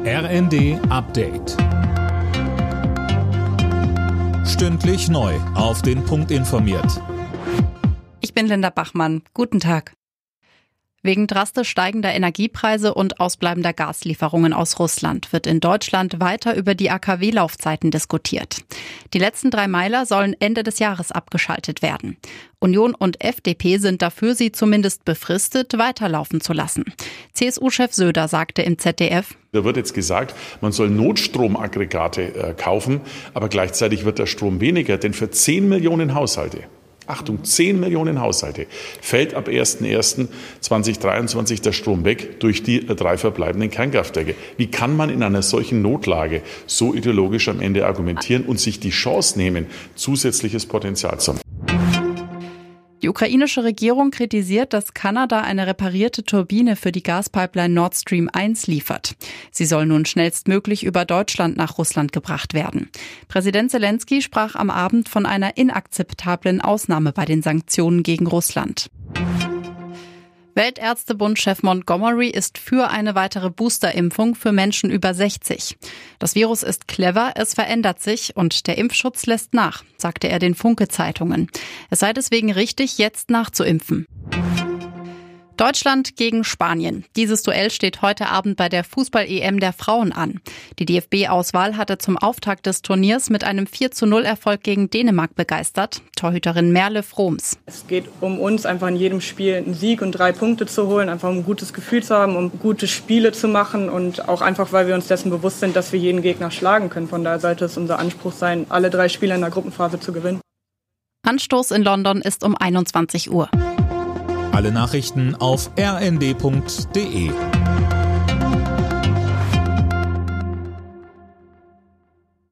RND Update. Stündlich neu auf den Punkt informiert. Ich bin Linda Bachmann. Guten Tag. Wegen drastisch steigender Energiepreise und ausbleibender Gaslieferungen aus Russland wird in Deutschland weiter über die AKW-Laufzeiten diskutiert. Die letzten 3 Meiler sollen Ende des Jahres abgeschaltet werden. Union und FDP sind dafür, sie zumindest befristet weiterlaufen zu lassen. CSU-Chef Söder sagte im ZDF: Da wird jetzt gesagt, man soll Notstromaggregate kaufen, aber gleichzeitig wird der Strom weniger, denn für 10 Millionen Haushalte, Achtung, 10 Millionen Haushalte, fällt ab 01.01.2023 der Strom weg durch die 3 verbleibenden Kernkraftwerke. Wie kann man in einer solchen Notlage so ideologisch am Ende argumentieren und sich die Chance nehmen, zusätzliches Potenzial zu haben? Die ukrainische Regierung kritisiert, dass Kanada eine reparierte Turbine für die Gaspipeline Nord Stream 1 liefert. Sie soll nun schnellstmöglich über Deutschland nach Russland gebracht werden. Präsident Zelensky sprach am Abend von einer inakzeptablen Ausnahme bei den Sanktionen gegen Russland. Weltärztebund-Chef Montgomery ist für eine weitere Boosterimpfung für Menschen über 60. Das Virus ist clever, es verändert sich und der Impfschutz lässt nach, sagte er den Funke-Zeitungen. Es sei deswegen richtig, jetzt nachzuimpfen. Deutschland gegen Spanien. Dieses Duell steht heute Abend bei der Fußball-EM der Frauen an. Die DFB-Auswahl hatte zum Auftakt des Turniers mit einem 4:0-Erfolg gegen Dänemark begeistert. Torhüterin Merle Froms. Es geht um uns, einfach in jedem Spiel einen Sieg und 3 Punkte zu holen, einfach um ein gutes Gefühl zu haben, um gute Spiele zu machen und auch einfach, weil wir uns dessen bewusst sind, dass wir jeden Gegner schlagen können. Von daher sollte es unser Anspruch sein, alle 3 Spiele in der Gruppenphase zu gewinnen. Anstoß in London ist um 21 Uhr. Alle Nachrichten auf rnd.de.